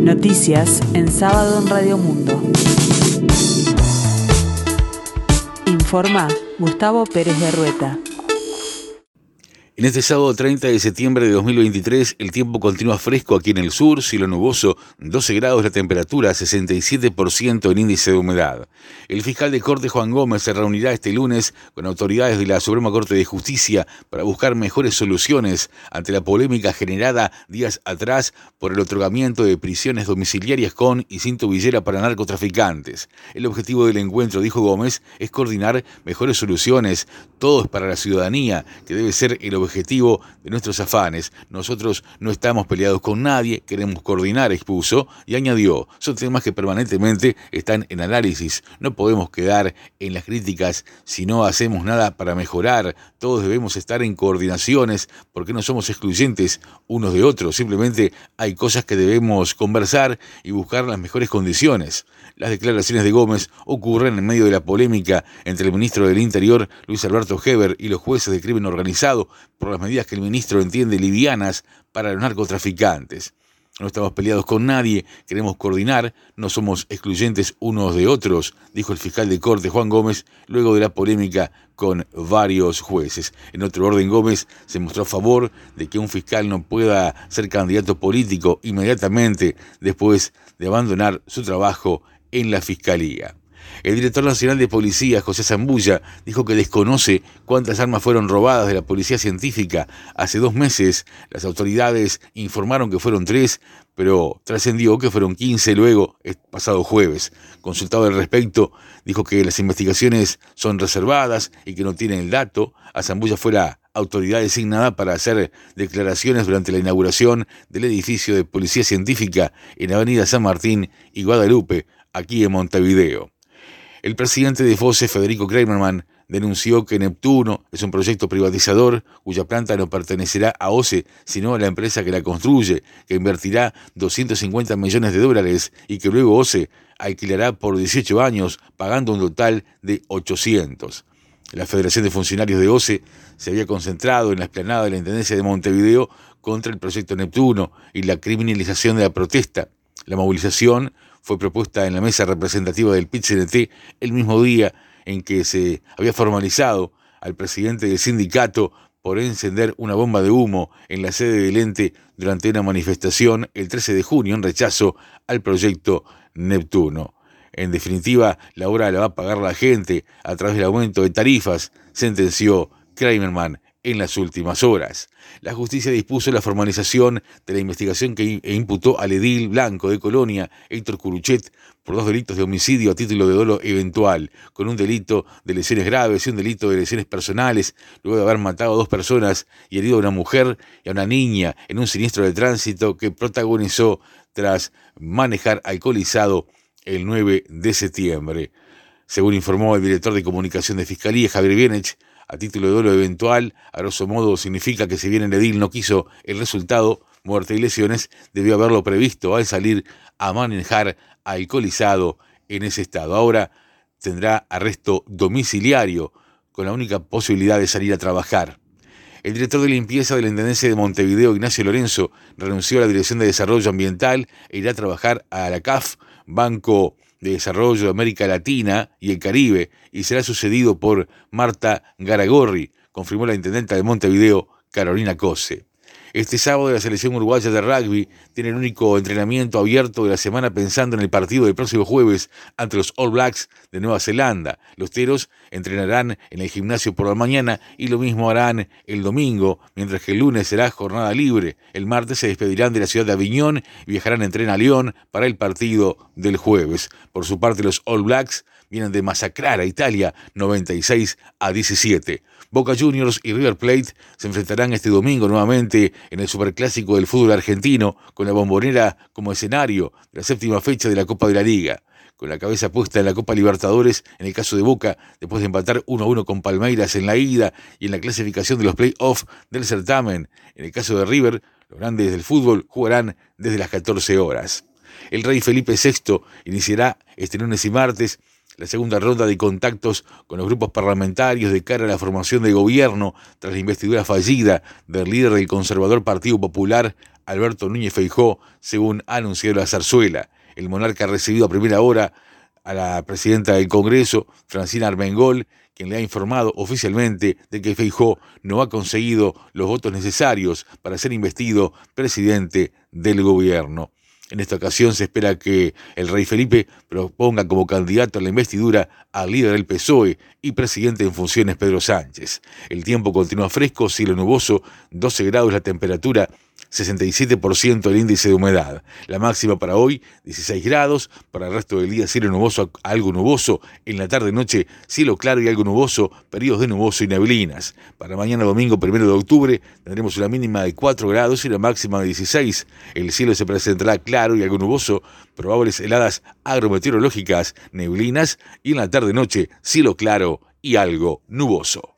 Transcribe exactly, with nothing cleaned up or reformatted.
Noticias en sábado en Radio Mundo. Informa Gustavo Pérez de Rueta. En este sábado treinta de septiembre de dos mil veintitrés, el tiempo continúa fresco aquí en el sur, cielo nuboso, doce grados la temperatura, sesenta y siete por ciento en índice de humedad. El fiscal de Corte Juan Gómez se reunirá este lunes con autoridades de la Suprema Corte de Justicia para buscar mejores soluciones ante la polémica generada días atrás por el otorgamiento de prisiones domiciliarias con y sin tobillera para narcotraficantes. El objetivo del encuentro, dijo Gómez, es coordinar mejores soluciones. Todo es para la ciudadanía, que debe ser el objetivo objetivo de nuestros afanes. Nosotros no estamos peleados con nadie, queremos coordinar, expuso, y añadió, son temas que permanentemente están en análisis. No podemos quedar en las críticas si no hacemos nada para mejorar. Todos debemos estar en coordinaciones porque no somos excluyentes unos de otros. Simplemente hay cosas que debemos conversar y buscar las mejores condiciones. Las declaraciones de Gómez ocurren en medio de la polémica entre el ministro del Interior, Luis Alberto Heber, y los jueces de crimen organizado por las medidas que el ministro entiende livianas para los narcotraficantes. No estamos peleados con nadie, queremos coordinar, no somos excluyentes unos de otros, dijo el fiscal de Corte Juan Gómez luego de la polémica con varios jueces. En otro orden, Gómez se mostró a favor de que un fiscal no pueda ser candidato político inmediatamente después de abandonar su trabajo en la Fiscalía. El director nacional de policía, José Zambulla, dijo que desconoce cuántas armas fueron robadas de la policía científica. Hace dos meses las autoridades informaron que fueron tres, pero trascendió que fueron quince luego, el pasado jueves. Consultado al respecto, dijo que las investigaciones son reservadas y que no tienen el dato. A Zambulla fue la autoridad designada para hacer declaraciones durante la inauguración del edificio de policía científica en Avenida San Martín y Guadalupe, aquí en Montevideo. El presidente de FOSE, Federico Kramerman, denunció que Neptuno es un proyecto privatizador cuya planta no pertenecerá a OCE, sino a la empresa que la construye, que invertirá doscientos cincuenta millones de dólares y que luego OCE alquilará por dieciocho años, pagando un total de ochocientos. La Federación de Funcionarios de OCE se había concentrado en la explanada de la Intendencia de Montevideo contra el proyecto Neptuno y la criminalización de la protesta. La movilización fue propuesta en la mesa representativa del P I T C N T el mismo día en que se había formalizado al presidente del sindicato por encender una bomba de humo en la sede del ente durante una manifestación el trece de junio en rechazo al proyecto Neptuno. En definitiva, la obra la va a pagar la gente a través del aumento de tarifas, sentenció Kramerman en las últimas horas. La justicia dispuso la formalización de la investigación que imputó al edil blanco de Colonia, Héctor Curuchet, por dos delitos de homicidio a título de dolo eventual, con un delito de lesiones graves y un delito de lesiones personales, luego de haber matado a dos personas y herido a una mujer y a una niña en un siniestro de tránsito que protagonizó tras manejar alcoholizado el nueve de septiembre. Según informó el director de comunicación de Fiscalía, Javier Bienech, a título de dolo eventual, a grosso modo significa que si bien el edil no quiso el resultado, muerte y lesiones, debió haberlo previsto al salir a manejar alcoholizado en ese estado. Ahora tendrá arresto domiciliario con la única posibilidad de salir a trabajar. El director de limpieza de la Intendencia de Montevideo, Ignacio Lorenzo, renunció a la Dirección de Desarrollo Ambiental e irá a trabajar a la C A F, Banco de Desarrollo de América Latina y el Caribe, y será sucedido por Marta Garagorri, confirmó la intendenta de Montevideo, Carolina Cose. Este sábado la selección uruguaya de rugby tiene el único entrenamiento abierto de la semana pensando en el partido del próximo jueves ante los All Blacks de Nueva Zelanda. Los teros entrenarán en el gimnasio por la mañana y lo mismo harán el domingo, mientras que el lunes será jornada libre. El martes se despedirán de la ciudad de Aviñón y viajarán en tren a Lyon para el partido del jueves. Por su parte, los All Blacks vienen de masacrar a Italia noventa y seis a diecisiete. Boca Juniors y River Plate se enfrentarán este domingo nuevamente en el Superclásico del fútbol argentino, con la Bombonera como escenario de la séptima fecha de la Copa de la Liga. Con la cabeza puesta en la Copa Libertadores, en el caso de Boca, después de empatar uno a uno con Palmeiras en la ida y en la clasificación de los play-off del certamen. En el caso de River, los grandes del fútbol jugarán desde las catorce horas. El rey Felipe sexto iniciará este lunes y martes La segunda ronda de contactos con los grupos parlamentarios de cara a la formación de gobierno tras la investidura fallida del líder del conservador Partido Popular, Alberto Núñez Feijóo, según ha anunciado la zarzuela. El monarca ha recibido a primera hora a la presidenta del Congreso, Francina Armengol, quien le ha informado oficialmente de que Feijóo no ha conseguido los votos necesarios para ser investido presidente del gobierno. En esta ocasión se espera que el rey Felipe proponga como candidato a la investidura al líder del P S O E y presidente en funciones Pedro Sánchez. El tiempo continúa fresco, cielo nuboso, doce grados la temperatura, sesenta y siete por ciento el índice de humedad. La máxima para hoy, dieciséis grados. Para el resto del día, cielo nuboso a algo nuboso. En la tarde-noche, cielo claro y algo nuboso, periodos de nuboso y neblinas. Para mañana domingo, primero de octubre, tendremos una mínima de cuatro grados y una máxima de dieciséis. El cielo se presentará claro y algo nuboso, probables heladas agrometeorológicas, neblinas, y en la tarde-noche, cielo claro y algo nuboso.